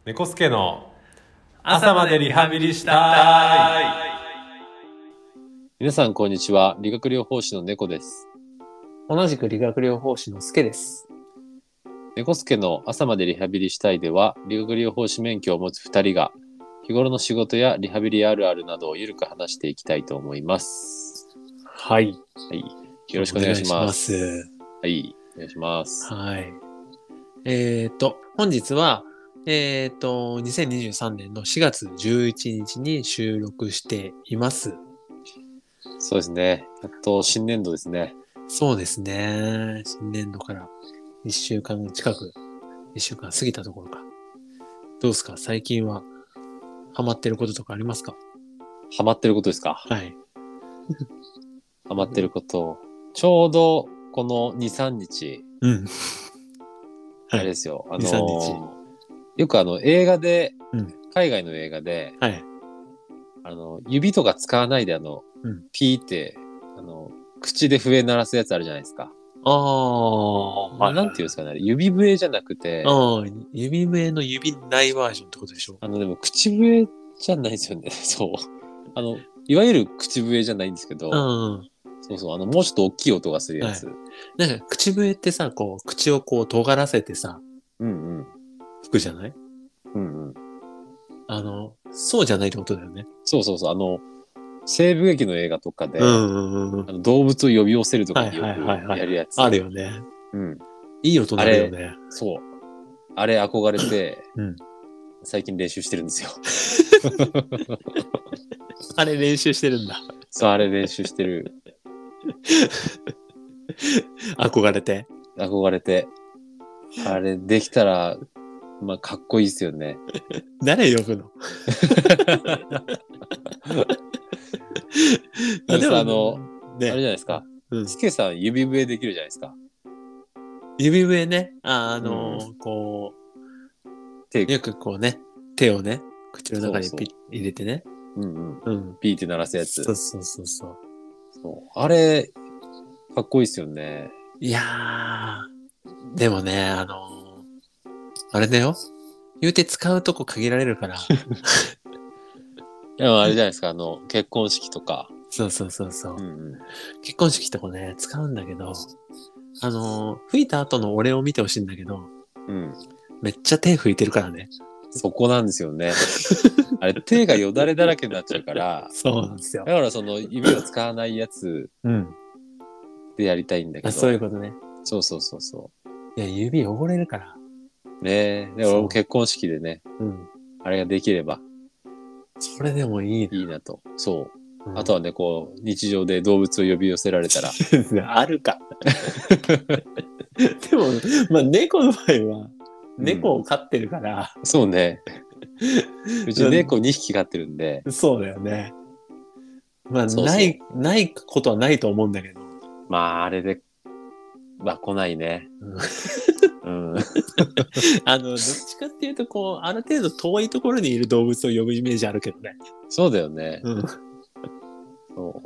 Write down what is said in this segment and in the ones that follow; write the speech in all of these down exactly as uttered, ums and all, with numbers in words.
猫助の朝までリハビリしたい。 皆さんこんにちは。理学療法士の猫です。 同じく理学療法士のすけです。 猫助の朝までリハビリしたいでは、理学療法士免許を持つふたりが日頃の仕事やリハビリあるあるなどをゆるく話していきたいと思います。 はい。 はい。よろしくお願いします。 お願いします。 はい。お願いします。 はい。えっと、本日は、えっと、にせんにじゅうさんねんのしがつじゅういちにちに収録しています。 そうですね。やっと新年度ですね。 そうですね。新年度からいっしゅうかん近く、いっしゅうかん過ぎたところか。どうですか？最近はハマってることとかありますか？ ハマってることですか？ はい。 ハマってること。ちょうどこのに、さんにち。 うん。 あれですよ。あのー、 に、さんにち。 よくあの映画で、 うん、 海外の映画で、 はい。 あの、指とか使わないであの、 うん、 ピーって、あの、口で笛鳴らすやつあるじゃないですか。 ああ、はい、 なんていうんですかね。指笛じゃなくて、 ああ、指笛の指ないバージョンってことでしょ？ あの、でも口笛じゃないですよね。そう。あの、いわゆる口笛じゃないんですけど、 うん。 そうそう、あの、もうちょっと大きい音がするやつ。 はい、なんか、口笛ってさ、こう、口をこう、尖らせてさ、 うんうん。 吹くじゃない？ うんうん。 あの、そうじゃないってことだよね。 そうそうそう。あの、西部劇の映画とかで、 うんうんうん。 あの動物を呼び寄せるとかによはいはいはいはいくやるやつ。 あるよね。 うん。 いい音なるよね。 そう。あれ憧れて、 うん。 最近練習してるんですよ。 あれ練習してるんだ。 そう、あれ練習してる。 憧れて。 憧れて。あれできたら、まあ、かっこいいですよね。 誰呼ぶの？ あでもあの、 ね、 あれじゃないですか。 うん、 スケさん指笛できるじゃないですか。 指笛ね。あ、あのーうん、 こ手う、よくこうね、手をね、口の中にピッ入れてね。 うんうん。 うん。 ピーって鳴らすやつ。 そうそうそうそう。 そうあれ、かっこいいですよね。 いやー、でもね、あのー、あれだよ。言うて使うとこ限られるから。 でもあれじゃないですか、あの、結婚式とか。 そうそうそうそう、 うんうん。 結婚式とかね、使うんだけど、あのー、吹いた後の俺を見てほしいんだけど、 うん。 めっちゃ手拭いてるからね。 そこなんですよね。あれ、手がよだれだらけになっちゃうから。 そうなんですよ。 だからその指を使わないやつでやりたいんだけど。 あ、そういうことね。 そうそうそうそう。 いや、指汚れるから。 ねえ。で、俺も結婚式でね、 うん。 あれができればそれでもいいな。 いいなと。そう。 うん、 あとはね、こう、日常で動物を呼び寄せられたら。 あるか。でも、まあ、猫の場合は、猫を飼ってるから。 うん、そうね。うち猫にひき飼ってるんで。 そうだよね。まあ、 そうそうない、ないことはないと思うんだけど。 まあ、あれで、まあ、来ないね。うん。うん、 あの、どっちかっていうと、こう、ある程度遠いところにいる動物を呼ぶイメージあるけどね。 そうだよね。 うん。 そう。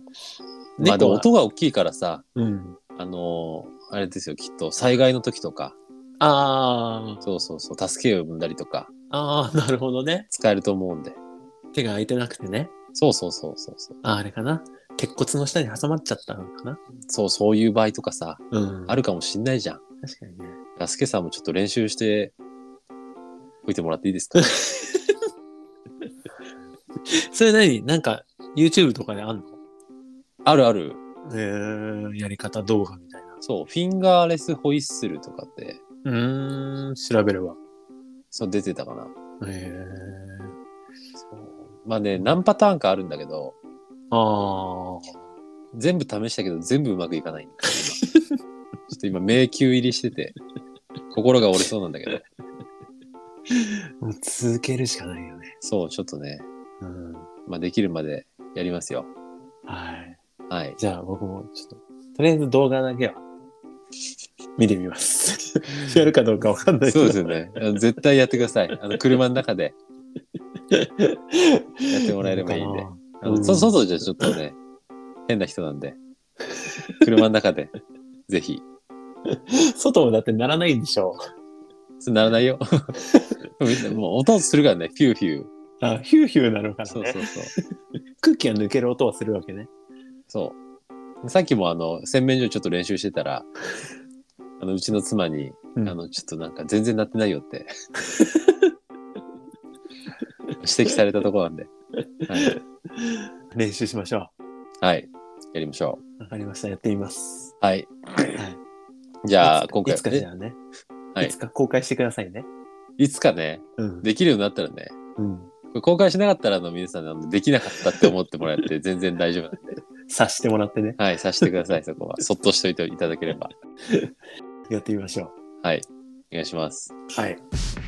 まあ、でも音が大きいからさ、 うん。 あのー、あれですよ、きっと、災害の時とか。 ああ。 そうそうそう、助けを呼んだりとか。 ああ、なるほどね。 使えると思うんで。 手が空いてなくてね。 そうそうそうそうそう。 あ、あれかな。鉄骨の下に挟まっちゃったのかな。 そう、そういう場合とかさ、 うん。 あるかもしんないじゃん。 確かにね。 助けさんもちょっと練習して吹いてもらっていいですか？ それ何なんか YouTube とかであんの？ あるある。 えー、やり方動画みたいな。 そう、フィンガーレスホイッスルとかって。 うーん、調べるわ。 そう出てたかな。 へえ。 そうまあね、何パターンかあるんだけど、 ああ。 全部試したけど全部うまくいかないんだよ、今。ちょっと今迷宮入りしてて、心が折れそうなんだけど。 もう続けるしかないよね。 そう、ちょっとね、 うん。 まあできるまでやりますよ。 はい。 はい。 じゃあ僕もちょっと、とりあえず動画だけは見てみます。やるかどうかわかんないけど。 そうですよね。絶対やってください。あの車の中でやってもらえればいいんで。あの、うん、そ外じゃちょっとね、変な人なんで、車の中でぜひ。 外もだってならないんでしょ。 そうならないよ。 もう音するからね、フューフュー。 あ、ヒューヒューなるからね。 そうそうそう。 空気が抜ける音はするわけね。 そう。さっきもあの、洗面所ちょっと練習してたら、あの、うちの妻に、 うん、 あの、ちょっとなんか全然鳴ってないよって、指摘されたところなんで。はい。 練習しましょはい。やりましょう。わかりました。やってみます。 う。はい。 はい。 じゃあ、 いつ今回いつかじゃあね、 はいいつか公開してくださいね。 いつかね、 うん。 できるようになったらね、 うん。 これ公開しなかったらあの皆さんあのできなかったって思ってもらって全然大丈夫なんで、 察してもらってね。 はい、さしてください、そこは。そっとしといていただければ。 やってみましょはい。お願いします。 う。はい。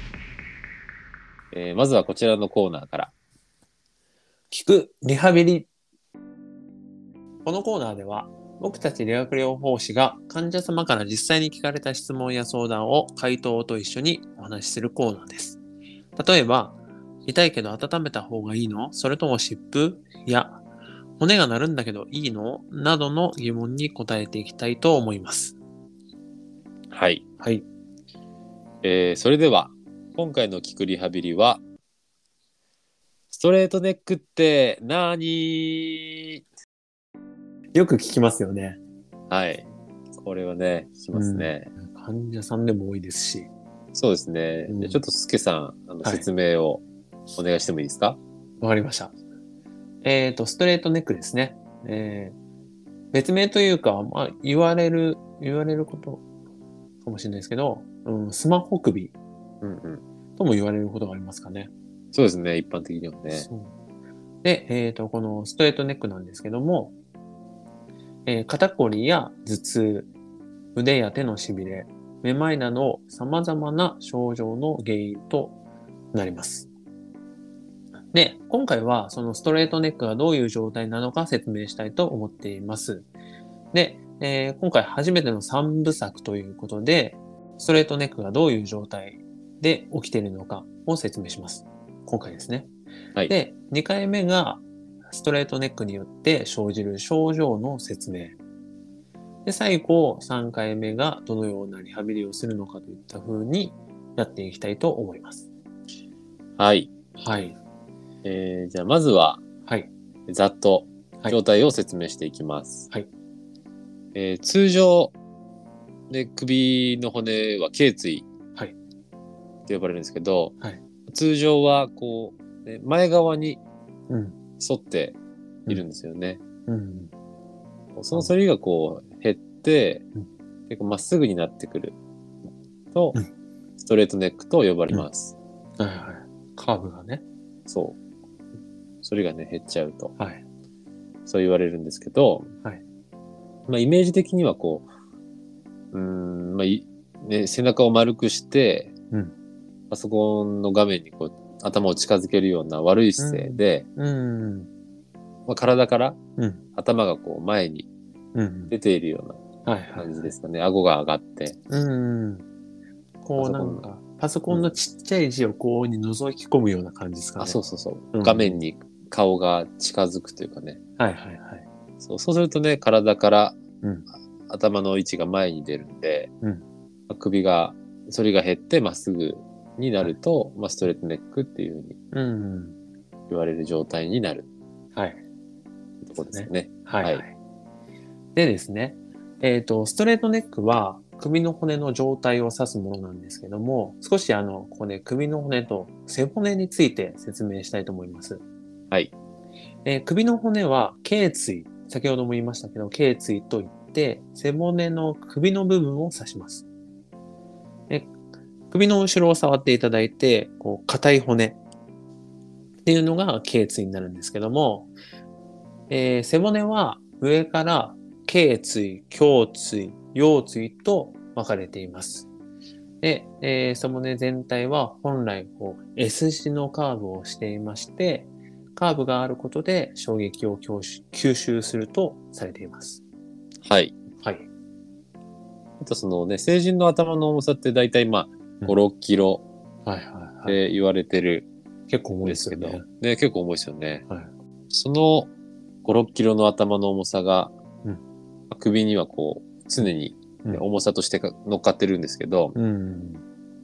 えーまずはこちらのコーナーから。 聞くリハビリ。このコーナーでは、僕たち理学療法士が患者様から実際に聞かれた質問や相談を回答と一緒にお話しするコーナーです。例えば、痛いけど温めた方がいいの？それとも湿布？や、骨が鳴るんだけどいいの？などの疑問に答えていきたいと思います。 はい。 はい。 えーそれでは、今回の聞くリハビリは、ストレートネックってなーによく聞きますよね。 はい。これはね、聞きますね。 患者さんでも多いですし。 そうですね。 うんじゃあちょっとスケさん、あのはい説明をお願いしてもいいですか？ わかりました。えっと、ストレートネックですね。えー別名というか、まあ、言われる、言われることかもしれないですけど、うん、スマホ首うんうん。 とも言われることがありますかね。 そうですね、一般的にはね。 そうで、えっと、このストレートネックなんですけども、えー肩こりや頭痛、腕や手のしびれ、めまいなど様々な症状の原因となります。で、今回はそのストレートネックがどういう状態なのか説明したいと思っています。で、えー今回初めての三部作ということで、ストレートネックがどういう状態で起きているのかを説明します。今回ですね。 はい。 で、にかいめがストレートネックによって生じる症状の説明。で、最後さんかいめがどのようなリハビリをするのかといった風にやっていきたいと思います。 はい。 はい。 えーじゃあまずは、 はい。 ざっとはい状態を説明していきます。 はい。 えー通常、で、首の骨は頸椎はいって呼ばれるんですけど、 はい通常はこう、ね前側にうん。 沿っているんですよね。 うん。 その反りがこう減って、 うん結構まっすぐになってくると、 うんストレートネックと呼ばれます。 はいはい。カーブがね。 そう。反りがね、減っちゃうと。 はい。 そう言われるんですけど、 はいまあ、イメージ的にはこう、うーん、まあい、ね、背中を丸くして、 うんパソコンの画面にこう頭を近づけるような悪い姿勢で、 うん。 まあ、体からうん。 頭がこう前にうん。 出ているようはいはい。 な感じですかね。顎が上がって。 うん。こうなんか、パソコンのちっちゃい字をこうに覗き込むような感じですかね。 あ、そうそうそう。 うん画面に顔が近づくというかね。 はいはいはい。 そうそうするとね、体からうん。 頭の位置が前に出るんで、 うんまあ首が、反りが減ってまっすぐになると、まあ、ストレートネックっていうふうにうん。 言われる状態になるはい。 ところですよね。 はい、はい、 はいでですね、えっ、と、ストレートネックは首の骨の状態を指すものなんですけども、少しあの、ここで首の骨と背骨について説明したいと思います。 はい。 えー首の骨は頸椎、先ほども言いましたけど、頸椎といって、背骨の首の部分を指します。で首の後ろを触っていただいて、こう、硬い骨っていうのが頸椎になるんですけども、えー背骨は上から頸椎、胸椎、腰椎と分かれています。で、えー背骨全体は本来こう S 字のカーブをしていまして、カーブがあることで衝撃を吸収吸収するとされています。 はい。 はい。 あとそのね、成人の頭の重さって大体まあ、 うんご、ろっキロはいはいっはい。 て言われてる結構重いでんですけど、 すよね。 ね、結構重いですよね。 はい。 そのご、ろっキロの頭の重さが、 うん首にはこう、常に、ねうん重さとしてか乗っかってるんですけど、 うん。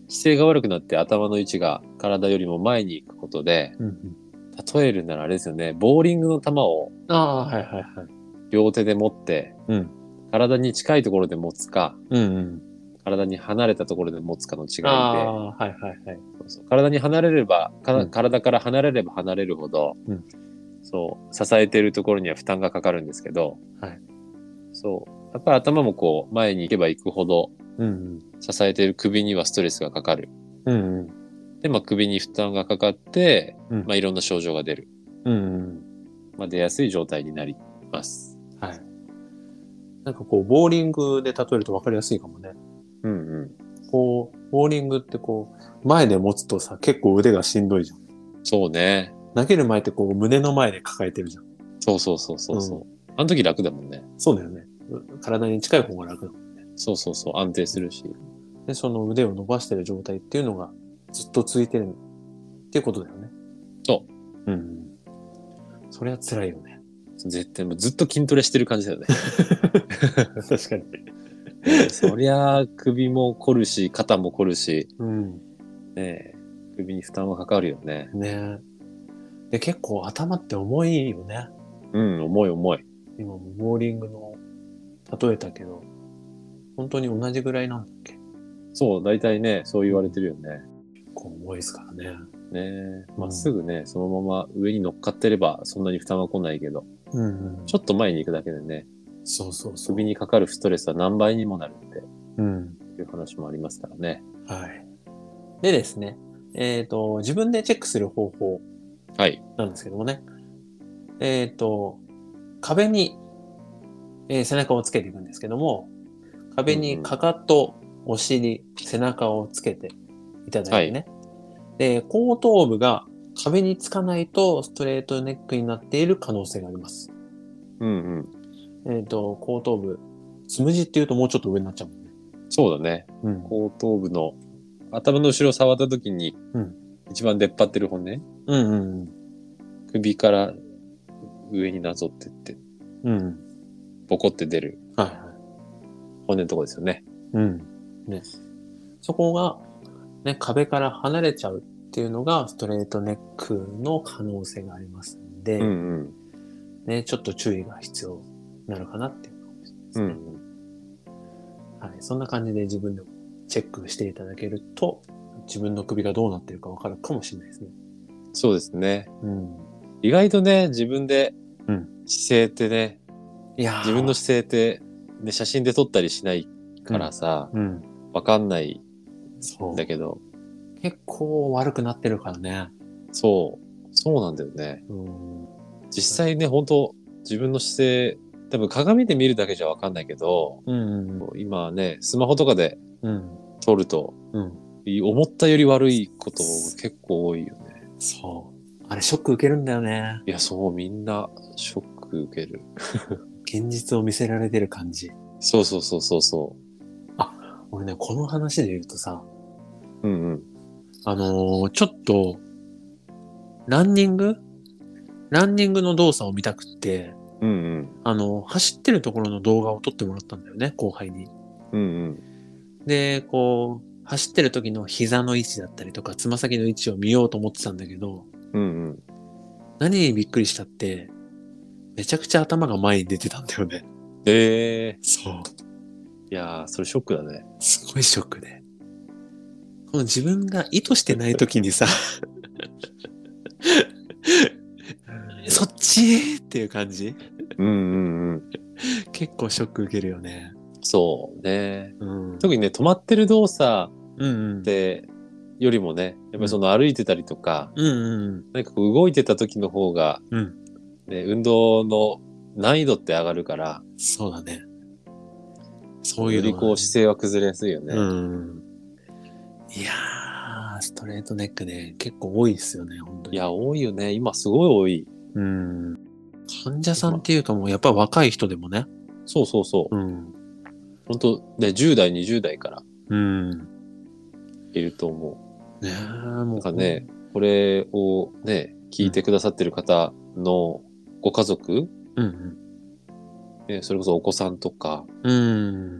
姿勢が悪くなって頭の位置が体よりも前に行くことで、 うんうん。 例えるならあれですよね、ボーリングの球をああ、はいはいはい。 両手で持って、 うん。 体に近いところで持つか、 うんうん。 体に離れたところで持つかの違いで、 ああ、はいはいはい。 そうそう体に離れれば、かうん体から離れれば離れるほど、 うんそう支えているところには負担がかかるんですけど、 はい。 そうやっぱり頭もこう前に行けば行くほどうんうん。 支えている首にはストレスがかかる。 うんうん。 で、まあ首に負担がかかって、 うんまあいろんな症状が出る。 うんうん。 まあ出やすい状態になります。 はい。なんかこう、ボーリングで例えると分かりやすいかもね。 うんうん。 こう、ボーリングってこう、前で持つとさ、結構腕がしんどいじゃん。 そうね。 投げる前ってこう、胸の前で抱えてるじゃん。 そうそうそうそうそう、うん。あの時楽だもんね。 そうだよね。体に近い方が楽だもんね。 そうそうそう。安定するし。 で、その腕を伸ばしてる状態っていうのがずっと続いてるっていうことだよね。 そう。 うん。それは辛いよね。 絶対もうずっと筋トレしてる感じだよね。 確かに。 そりゃ首も凝るし、肩も凝るし、 うん。 ねえ、首に負担はかかるよね。 ねえ。で、結構頭って重いよね。 うん、重い重い。 今もボーリングの例えたけど、本当に同じぐらいなんだっけ？ そう、大体ね、そう言われてるよね。 結構重いですからね。 ねえ、まっすぐね、そのまま上に乗っかってればそんなに負担は来ないけど、 うんうん、 ちょっと前に行くだけでね、 そうそうそう。 首にかかるストレスは何倍にもなるってうん。 いう話もありますからね。 はい。でですね、えっと、自分でチェックする方法はい。 なんですけどもね、えっと、壁に、えー背中をつけていくんですけども、壁にかかと、お尻、背中をつけていただいてね。はい、で、後頭部が壁につかないとストレートネックになっている可能性があります。 うんうん。えっと、後頭部、つむじって言うともうちょっと上になっちゃうもんね。 そうだね。うん、後頭部の頭の後ろを触った時に、うん、一番出っ張ってる骨、 うんうんうん、 首から上になぞってって、うん、ボコって出る、はいはい、骨のとこですよね。 うん。ね。そこが、ね、壁から離れちゃうっていうのがストレートネックの可能性がありますんで、うんうん、ね、ちょっと注意が必要になるかなっていう感じですね。うんうん、はい。そんな感じで自分でもチェックしていただけると、自分の首がどうなってるかわかるかもしれないですね。 そうですね。うん、意外とね、自分で姿勢ってね、うん、いや自分の姿勢って、ね、写真で撮ったりしないからさ、うんうん、わかんないんだけど。 結構悪くなってるからね。 そう。そうなんだよね。うん、実際ね、本当自分の姿勢、多分鏡で見るだけじゃわかんないけど、うんうんうん、今ね、スマホとかで撮ると、うん、思ったより悪いこと結構多いよね。 そう。あれショック受けるんだよね。 いや、そう、みんなショック受ける。 現実を見せられてる感じ。 そうそうそうそうそう。 あ、俺ね、この話で言うとさ、 うんうん。 あのー、ちょっと、ランニングランニングの動作を見たくって、うんうん。あの、走ってるところの動画を撮ってもらったんだよね、後輩に。うんうん。で、こう、走ってる時の膝の位置だったりとか、つま先の位置を見ようと思ってたんだけど、うんうん。何にびっくりしたって、めちゃくちゃ頭が前に出てたんだよね。 へえー。 そう。 いやー、それショックだね。 すごいショックで。この自分が意図してない時にさ、そっちっていう感じ、 うんうんうん、 結構ショック受けるよね。 そうね、うん、特にね止まってる動作ってよりもね、やっぱりその歩いてたりとか、うんうんうん、何かこう動いてた時の方が、うんね、運動の難易度って上がるから。 そうだね。そういうの、 ね、よりこう姿勢は崩れやすいよね。うん、 いやー、ストレートネックね、結構多いですよね、本当に。 いや、多いよね。今すごい多い。 うん。患者さんっていうかもうやっぱ若い人でもね。 そうそうそう。うん。本当ね、じゅう代、にじゅう代から。うん。いると思う。ねえ、もう。なんかね、これをね、聞いてくださってる方のご家族、うんうんね、それこそお子さんとか、うん。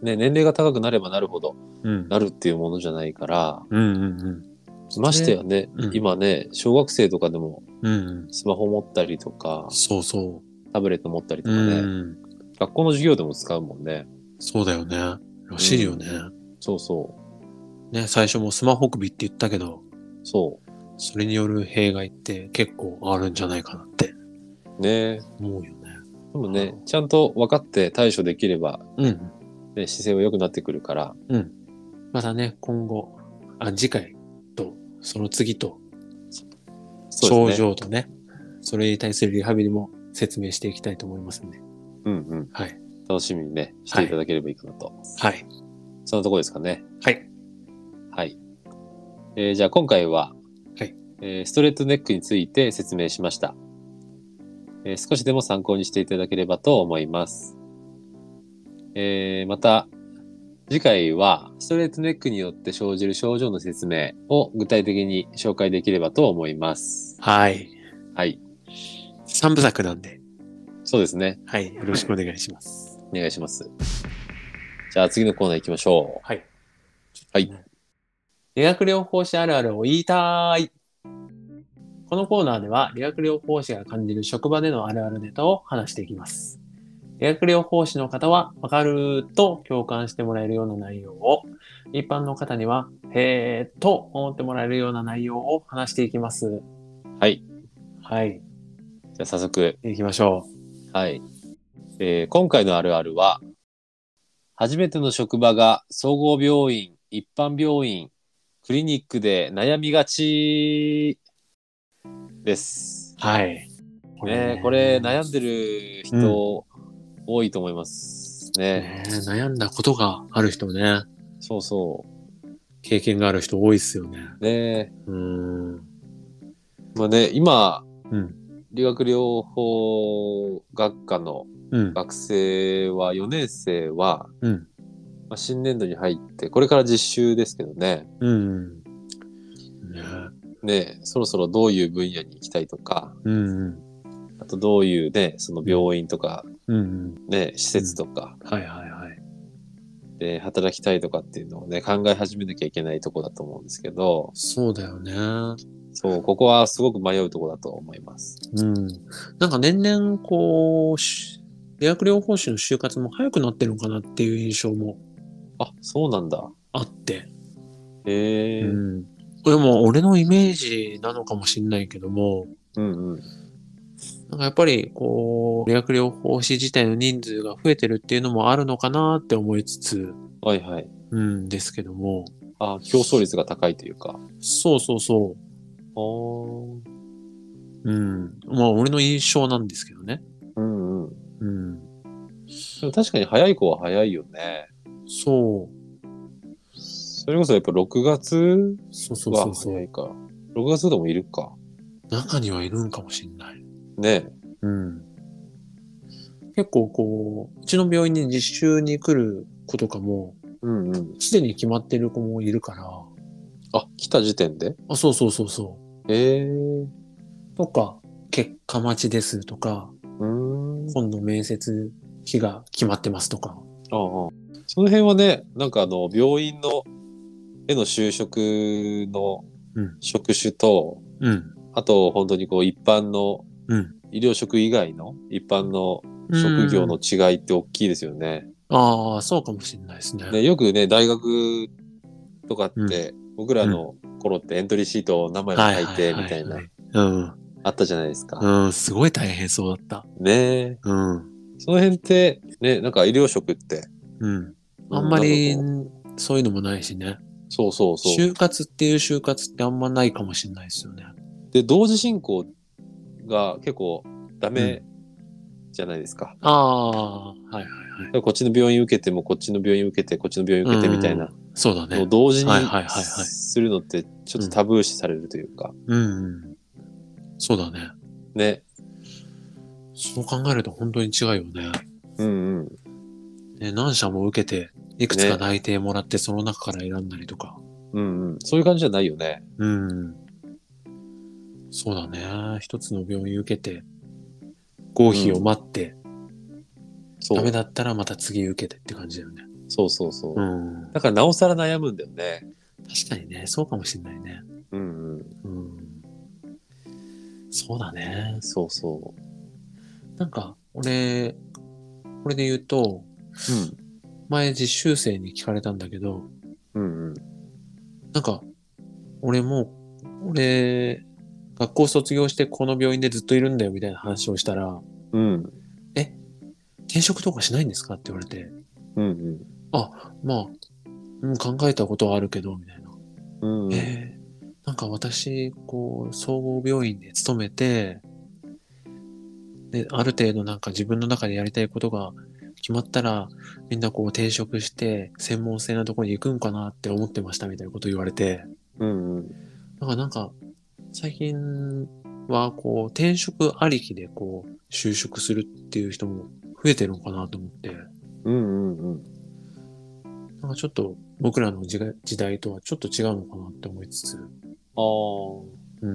ね、年齢が高くなればなるほどうん。 なるっていうものじゃないから、 うんうんうん。 ましてやね、 うん今ね、小学生とかでもうんうん。 スマホ持ったりとか、 そうそタブレット持ったりう。 とかね、 うん。 学校の授業でも使うもんね。 そうだよね。らしいよね。 そうそね、最初もスマホ首って言ったけど、 う。そそれによる弊害って結構あるんじゃないかなってう。ね。 思うよね。 でもね、ちゃんと分かって対処できれば、 うん。 ね、姿勢は良くなってくるから。 うん。またね、今後、あ、次回と、その次と、症そうですね。 状とね、それに対するリハビリも説明していきたいと思いますんで。 うんうん。 はい。 楽しみにね、していただければいいかなと。 はい。 そんなところですかね。 はい。 はい。えーじゃあ今回は、 はいえーストレートネックについて説明しました、えー少しでも参考にしていただければと思います。えーまた、次回はストレートネックによって生じる症状の説明を具体的に紹介できればと思います。 はい。 はい。 三部作なんで、 そうですね。 はい。よろしくお願いします。 お願いします。じゃあ次のコーナー行きましょう。 はい。 はい。 理学療法士あるあるを言いたい。このコーナーでは理学療法士が感じる職場でのあるあるネタを話していきます。理学療法士の方はわかると共感してもらえるような内容を、一般の方にはへーと思ってもらえるような内容を話していきます。 はい。 はい。 じゃあ早速、 行きましょはい。えー今回のあるあるは、初めての職場が総合病院、一般病院、クリニックで悩みがちです。 う。はい。 ね、これ悩んでる人、多いと思いますね。 ねえ悩んだことがある人ね、 そうそ経験がある人多いっすよね。 う。ね、 うーん。 まあね、今、 うん。 理学療法学科のうん。 学生は、よねん生は、 うん。 まあ、新年度に入って、これから実習ですけどね。 うん。ねね、そろそろどういう分野に行きたいとか、 うん。 あとどういうね、その病院とか、 うん。 ね、施設とかはいはいはい。 で働きたいとかっていうのをね、考え始めなきゃいけないとこだと思うんですけど、 そうだよね。 そう、ここはすごく迷うとこだと思います。 うん。なんか年々こう、し理学療法士の就活も早くなってるのかなっていう印象もあ、そうなんだ。 あって。 へえー。 うん。これも俺のイメージなのかもしれないけども、 うんうん。 なんかやっぱりこう、理学療法士自体の人数が増えてるっていうのもあるのかなって思いつつ、 はいはい。 うんですけども、 あ、競争率が高いというか。 そうそうそあー。 う。うん。まあ俺の印象なんですけどね。 うんうん。 うん。 でも確かに早い子は早いよね。 そう。 それこそやっぱろくがつそうそうはそうそう。 早いか。ろくがつでもいるか。 中にはいるんかもしれない。 ね。 うん。結構こう、うちの病院に実習に来る子とかも、 うんうん。 すでに決まってる子もいるから、 あ、来た時点であ、そうそうそうそへえー。 う。とか、結果待ちですとか、 うーん。 今度面接日が決まってますとか。 ああ。その辺はね、なんかあの、病院の、への就職のうん。 職種と、 うん。 あと本当にこう一般のうん。 医療職以外の一般の職業の違いって大きいですよね。 ああ、そうかもしれないですね。 ね、よくね、大学とかって、僕らの頃ってエントリーシートを何枚も書いてみたいな、 うん。 あったじゃないですか。 うん、すごい大変そうだった。 ねえ。 うん。 その辺って、ね、なんか医療職って、 うん。あんまうりなんかこ、 そういうのもないしね。 そうそうそう。 就活っていう就活ってあんまないかもしれないですよね。 で、同時進行が結構ダメじゃないですか。 ああ、はいはいはい。 こっちの病院受けても、こっちの病院受けて、こっちの病院受けてみたいなそうだね。 のを同時にはいはいはいはいするのってちょっとタブー視されるというか。 うん、うん。そうだね。 ね。 そう考えると本当に違うよね。 うんうん。 ね、何社も受けて、いくつか内定もらってその中から選んだりとか。 うんうん。そういう感じじゃないよね。 うん。そうだね。一つの病院受けて、合否を待って、 そう。 ダメだったらまた次受けてって感じだよね。 そうそうそう。 うん。 だからなおさら悩むんだよね。 確かにね、そうかもしれないね。 うんうん。 うん。そうだね。 そうそなんか、俺、これで言うと、 う。うん。 前実習生に聞かれたんだけど、 うんうん。 なんか、俺もう、俺、学校卒業してこの病院でずっといるんだよみたいな話をしたら、 うん。 え、転職とかしないんですかって言われて、 うんうん。 あ、まあ、うん、考えたことはあるけど、みたいな。 うんうん。 えー、なんか私、こう、総合病院で勤めて、で、ある程度なんか自分の中でやりたいことが決まったら、みんなこう転職して、専門性なところに行くんかなって思ってましたみたいなこと言われて、 うんうん。 だからなんか、最近はこう、転職ありきでこう、就職するっていう人も増えてるのかなと思って、 うんうんうん。 なんかちょっと僕らの時代時代とはちょっと違うのかなって思いつつ、 ああ。 うん。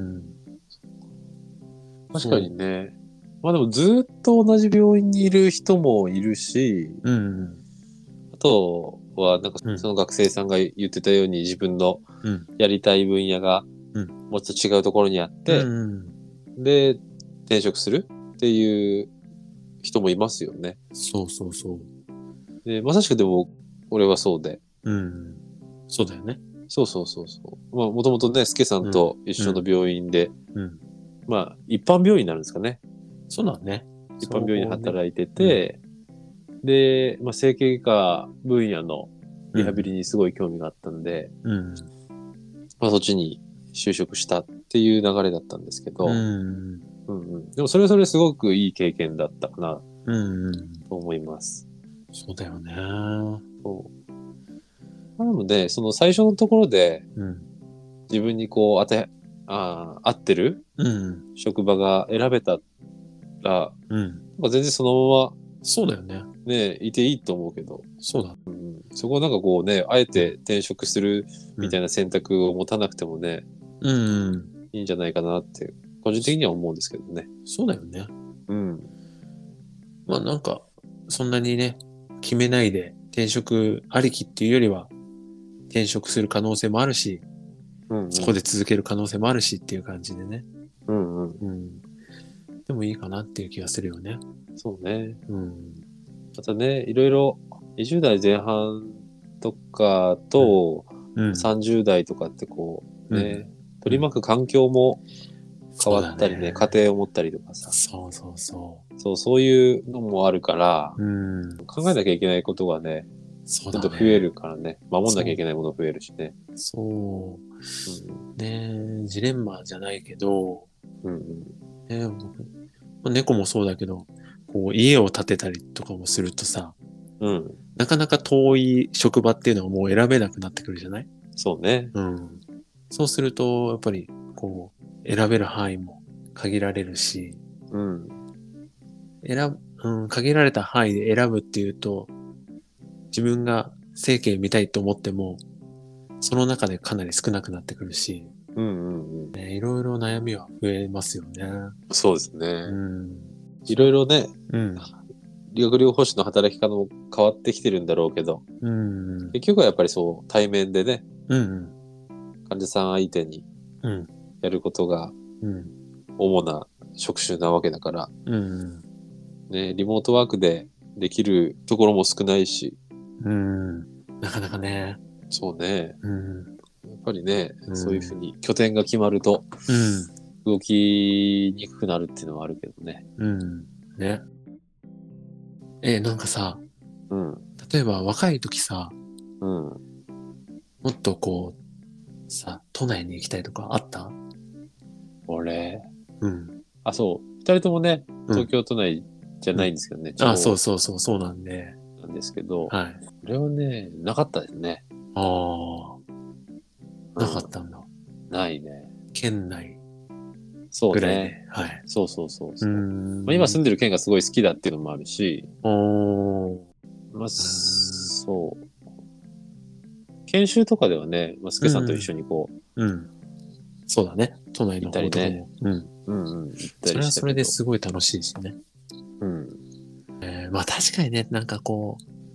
確かにね。まあでもずっと同じ病院にいる人もいるし、 うん。 あとはなんかうんその学生さんが言ってたように自分のうん。 やりたい分野がうんもうちょっと違うところにあっうて、 ん。 で、転職するっていう人もいますよね。 そうそうそう。 で、まさしくでも俺はそうで。 うん。そうだよね。 そうそうそうそう。まあもともとね、スケさんと一緒の病院で、 うん。 まあ一般病院になるんですかね。 そうだね。 一般病院で働いてて、で、まあ、整形外科分野のリハビリにすごい興味があったんで、 うん。 まあ、そっちに就職したっていう流れだったんですけど、 ううんん。 うん、でもそれはそれすごくいい経験だったかなうん。 と思います。 そうだよね。 そうまあ、でもね、その最初のところでうん。 自分にこう当て、あ合ってるうん。 職場が選べたら、 うん。 まあ、全然そのまそうだよね。 まね、いていいと思うけど、 そうだ。 そこをなんかこうね、あえて転職するみたいな選択を持たなくてもね、 うん。 いいんじゃないかなって、個人的には思うんですけどね。 そうだよね。 うん。 まあなんか、そんなにね、決めないで転職ありきっていうよりは、転職する可能性もあるし、 うん、うん。 そこで続ける可能性もあるしっていう感じでね。 うんうん。 うん。でもいいかなっていう気がするよね。 そうね。 うん。 またね、いろいろにじゅう代前半とかとうん。 さんじゅう代とかってこうね、 うん取り巻く環境も変わったりね、 そうだね家庭を持ったりとかさ、 そうそうそそう、そういうのもあるから、 う。うん。 考えなきゃいけないことがね、 そうだね。 ちょっと増えるからね、守んなきゃいけないもの増えるしね。 そう。 うんねジレンマじゃないけど、 うんうんね僕まあ猫もそうだけど、こう家を建てたりとかもするとさ、 うん。 なかなか遠い職場っていうのはもう選べなくなってくるじゃない？ そうね。 うん。そうすると、やっぱり、こう、選べる範囲も限られるし、 うん。 選ぶ、うん、限られた範囲で選ぶっていうと、自分が生計見たいと思っても、その中でかなり少なくなってくるし、 うんうんうん。 ね、いろいろ悩みは増えますよね。 そうですね。 うん。 いろいろね、 うん。 理学療法士の働き方も変わってきてるんだろうけど、 うん。 結局はやっぱりそう、対面でね、 うん。 患者さん相手にうん。 やることがうん。 主な職種なわけだから、 うん。 ね、リモートワークでできるところも少ないし、 うん。なかなかね。 そうね、 うん。 やっぱりね、 うんそういうふうに拠点が決まるとうん。 動きにくくなるっていうのはあるけどね。 うん。ね。え、なんかさ、 うん。 例えば若い時さ、 うん。 もっとこう、さ、都内に行きたいとかあった？ 俺、 うん。 あ、そう、二人ともね、 うん東京都内じゃないんですけどね、 あ、そう地そうそう、そうなんで。 方なんですけど、 はい。 俺はね、なかったですね。 ああ、なかったんだ。 うんないね。 県内そうぐらいで。 ね。 はい。 そうそうそううそう。 ん。 まあ、今住んでる県がすごい好きだっていうのもあるし、 おー。 まあ、そう。研修とかではね、まあ、スケさんと一緒にこう、 うん。そうだね。都内の方とかも。 行ったりねうん。 うんうん、行ったりしたけど。 それはそれですごい楽しいしね。 うん。 えー、まあ確かにね、なんかこう、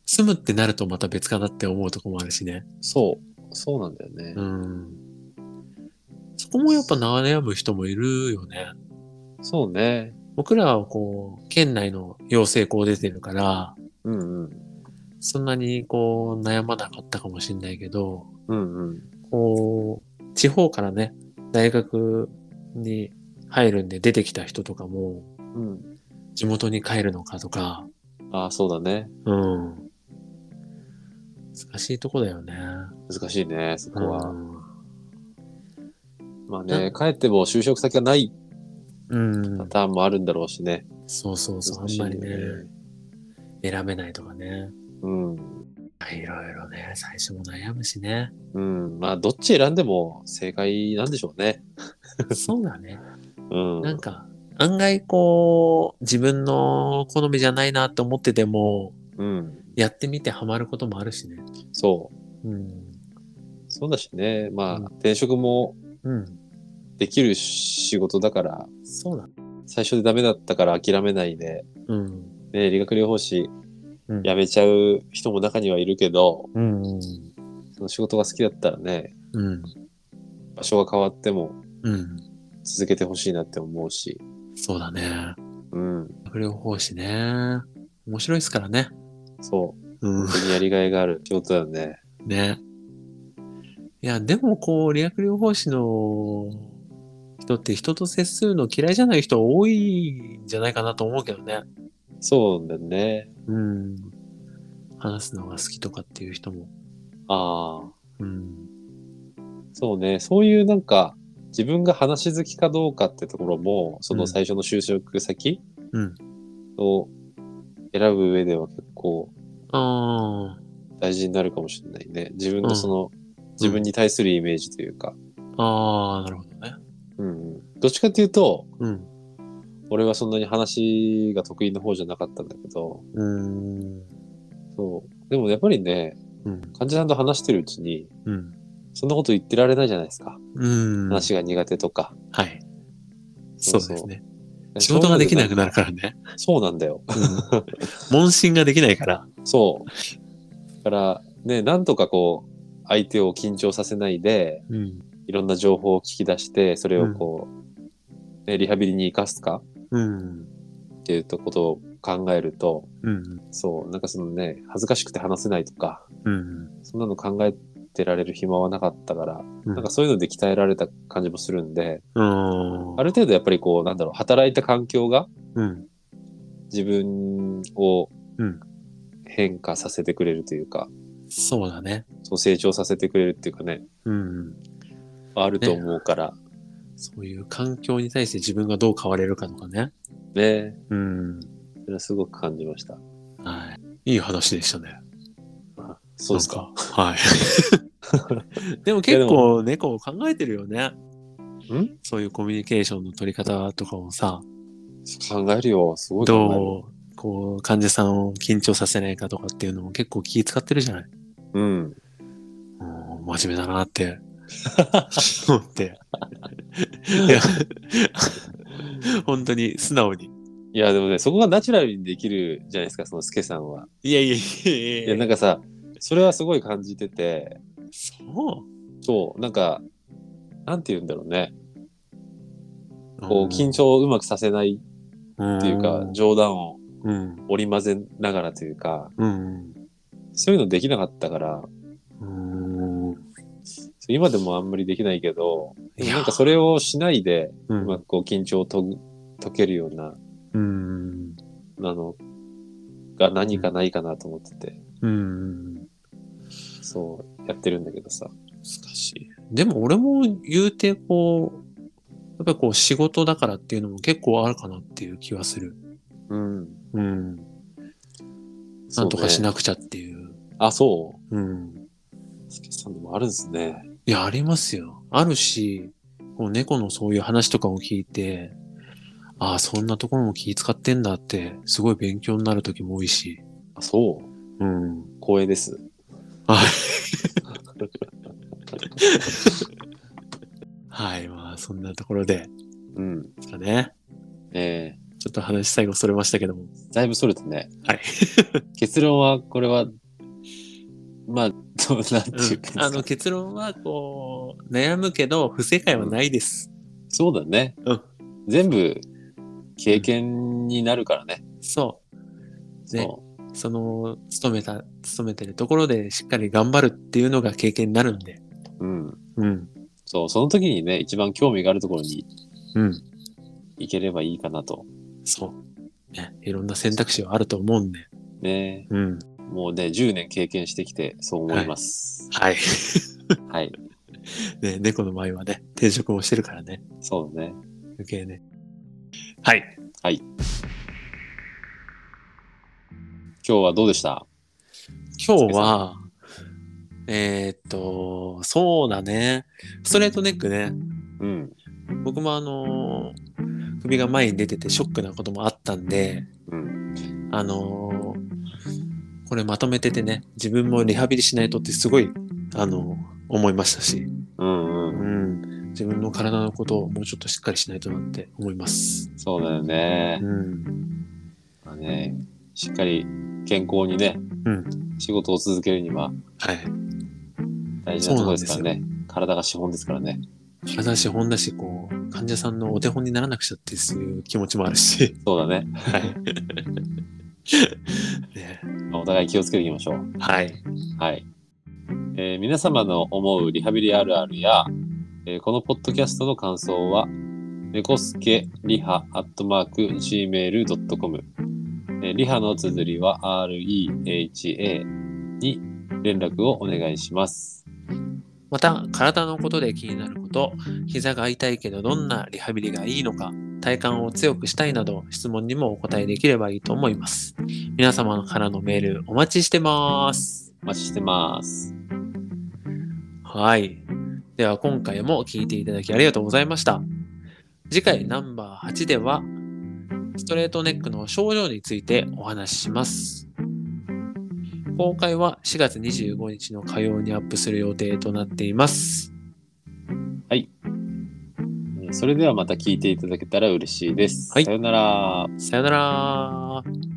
住むってなるとまた別かなって思うとこもあるしね。 そう。そうなんだよね。 うん。そこもやっぱ悩む人もいるよね。 そうね。 僕らはこう、県内の養成校出てるから、 うんうん。 そんなにこう悩まなかったかもしれないけど、 うんうん。 こう、地方からね、大学に入るんで出てきた人とかも、 うん。 地元に帰るのかとか、 ああ、そうだね。 うん。難しいとこだよね。 難しいね、そこは。 うん。 まあね、帰っても就職先がないうんパ。ターンもあるんだろうしね。 そうそうそう。あん難しいよまりね、選べないとかね。 うん。 いろいろね、最初も悩むしね。 うん。まあ、どっち選んでも正解なんでしょうね。 そうだね。 うん。 なんか、案外こう、自分の好みじゃないなって思ってても、 うん。 やってみてハマることもあるしね。 そう。 うん。 そうだしね。まあ、 うん転職もうん。 できる仕事だから、 そうだ。 最初でダメだったから諦めないで、 うん。 ね、理学療法士うん。 辞めちゃう人も中にはいるけど、 うん。うん。 その仕事が好きだったらね、 うん。 場所が変わってもうん。 続けてほしいなって思うし。 そうだね。 うん。 学療法士ね。面白いですからね。 そう。 うん本。当にやりがいがある仕事だよね。 ね。いや、でもこう、理学療法士の人って人と接するの嫌いじゃない人多いんじゃないかなと思うけどね。 そうだよね。 うん。話すのが好きとかっていう人も。 ああ。 うん。 そうね。そういうなんか、自分が話好きかどうかってところも、その最初の就職先うん。 を選ぶ上では結構あ大事になるかもしれないね。自分あ。 のその、自分に対するイメージというか。 ああ、なるほどね。 うんうん。どっちかっていうと、 うん。 俺はそんなに話が得意な方じゃなかったんだけど、 うーん。 そう。でもやっぱりね、 うん。 患者さんと話してるうちに、 うん。 そんなこと言ってられないじゃないですか。 うん。 話が苦手とか。 はい。 そそうそううですね。仕事ができなくなるからね。 そうなんだよ。 うん。問診ができないから。 そう。だから、ね、なんとかこう、相手を緊張させないで、 うん。 いろんな情報を聞き出して、それをこう、ね、リハビリに活かすかうん。 っていうことを考えると、 うん。 そう、なんかそのね、恥ずかしくて話せないとか、 うん。 そんなの考えてられる暇はなかったから、 うんなんかそういうので鍛えられた感じもするんで、 うん。 ある程度やっぱりこう、なんだろう、働いた環境がうん。 自分をうん。 変化させてくれるというか、 そうだね。 そう成長させてくれるっていうかね、 うん。 あると思うから、 そういう環境に対して自分がどう変われるかとかね。 ね、 うん。 それはすごく感じました。 はい。いい話でしたね。 あそうですか。 なんか。はい。でも結構猫を考えてるよね。 んそういうコミュニケーションの取り方とかをさ、 考えるよ。すごい考える。 どう、こう、患者さんを緊張させないかとかっていうのも結構気使ってるじゃない。 うん。 うん真面目だなって思って。いや本当に素直に。 いや、でもね、そこがナチュラルにできるじゃないですか、そのスケさんは。 いやいやいやいやいや、なんかさ、それはすごい感じてて、 そうそう、なんか、なんて言うんだろうね。こうんう、緊張をうまくさせないっっていうか、冗談をうん。 織り交ぜながらというか、 うん。 そういうのできなかったから、 うん。 今でもあんまりできないけど、でもいやなんかそれをしないで、 ううんまくこう緊張をとぐ解けるような、 うん。 あの、が何かないかなと思ってて、 うん。 そう、やってるんだけどさ。 難しい。でも俺も言うてこう、やっぱりこう仕事だからっていうのも結構あるかなっていう気はする。 うん。 うん。なんとかしなくちゃっていう。 あ、そうん。 う。スケさんでもあるんですね。 いや、ありますよ。あるし、こう猫のそういう話とかを聞いて、ああ、そんなところも気使ってんだって、すごい勉強になる時も多いし。 あ、そう。 うん。 光栄です。 はい。はい、まあ、そんなところで、 うん。 ですかね。 ええちょっと話最後それましたけども。 だいぶそれてね。 はい。 結論は、これは、まあ、どうなんていうかですか、 うん、あの結論は、こう、悩むけど、不正解はないです。 そうだね。 うん。 全部、経験になるからね。 そう。ね。 そその、勤めた、勤めてるところでしっかり頑張るっていうのが経験になるんで。 う。うん。 うん。 そう、その時にね、一番興味があるところにうん。 行ければいいかなと。 そう。ね。いろんな選択肢はあると思うんで。 ね。 うん。 もうね、じゅうねん経験してきて、そう思います。 はい。 はい。 ね、猫の場合はね、転職もしてるからね。 そうだね。 余計ね。はい。 はい。今日はどうでした？ 今日は、えー、っと、そうだね。ストレートネックね。 うん。 僕もあのー首が前に出ててショックなこともあったんで、 うん。 あのーこれまとめててね、自分もリハビリしないとってすごい、あのー思いましたし、 うんううん。 ん、自分の体のことをもうちょっとしっかりしないとなって思います。 そうだよね。 うん。 まあね、しっかり健康にね、 うん。 仕事を続けるにははい。 大事なところですからね。体が資本ですからね。 体資本だし、こう、患者さんのお手本にならなくちゃっていう気持ちもあるし。 そうだね。 はい。ね、 お互い気をつけていきましょう。 はい。 はい。えー皆様の思うリハビリあるあるや、えーこのポッドキャストの感想は、猫助リハアットマーク ジーメールドットコム、えーリハの綴りは アールイーエイチエー に連絡をお願いします。 また、体のことで気になること、膝が痛いけどどんなリハビリがいいのか、体幹を強くしたいなど質問にもお答えできればいいと思います。皆様からのメールお待ちしてます。 お待ちしてます。 はい。では今回も聞いていただきありがとうございました。次回ナンバーはちでは、ストレートネックの症状についてお話しします。公開はしがつにじゅうごにちの火曜にアップする予定となっています。 はい。それではまた聞いていただけたら嬉しいです。 はいさよなら。 さよなら。